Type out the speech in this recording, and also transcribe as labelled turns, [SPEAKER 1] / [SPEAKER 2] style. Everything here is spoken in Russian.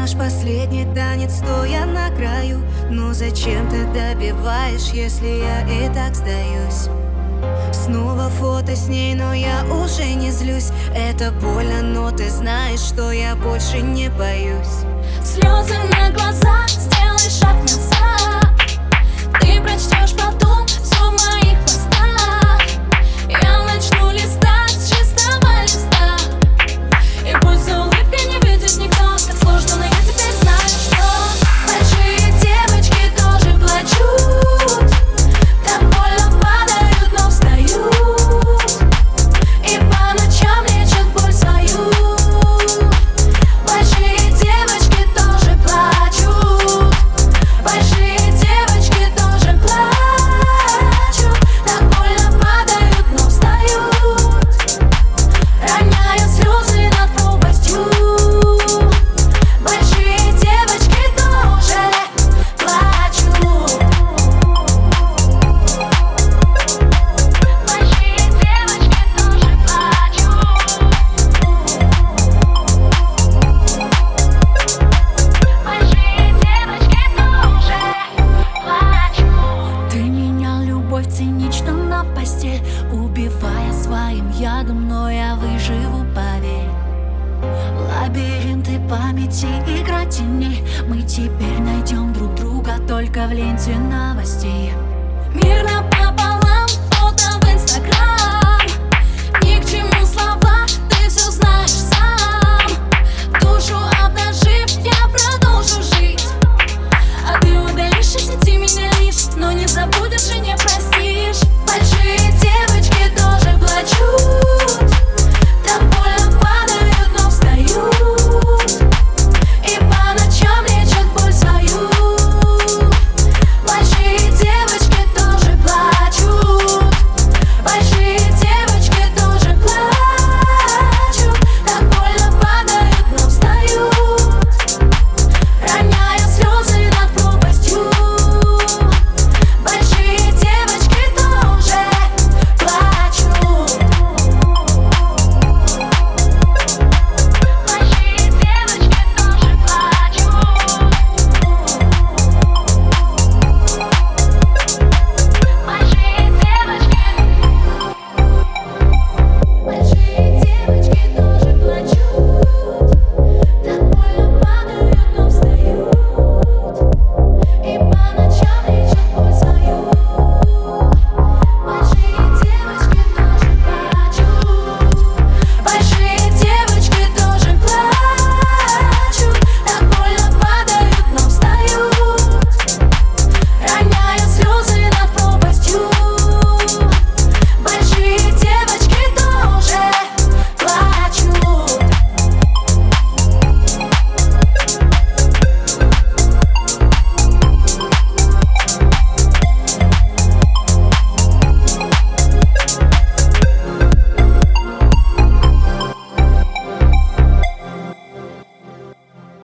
[SPEAKER 1] наш последний танец, стоя на краю. Но зачем ты добиваешь, если я и так сдаюсь? Снова фото с ней, но я уже не злюсь. Это больно, но ты знаешь, что я больше не боюсь.
[SPEAKER 2] Слезы на глазах, сделай шаг назад. Ты прочтешь потом все в моих постах. Я начну листать с чистого листа. И пусть за улыбкой не видит никто, как сложно, но я теперь знаю, что большие девочки тоже плачут. Так больно падают, но встают. И по ночам лечат боль свою. Большие девочки тоже плачут. Большие девочки тоже плачут. Так больно падают, но встают. Роняют слезы над пропастью. Большие девочки тоже плачут. Большие девочки тоже плачут. Большие девочки тоже плачут. Ты менял любовь цинично на постель, убивая своим ядом, но я выживу, поверь. Лабиринты памяти, игра теней. Мы теперь найдем друг друга только в ленте новостей.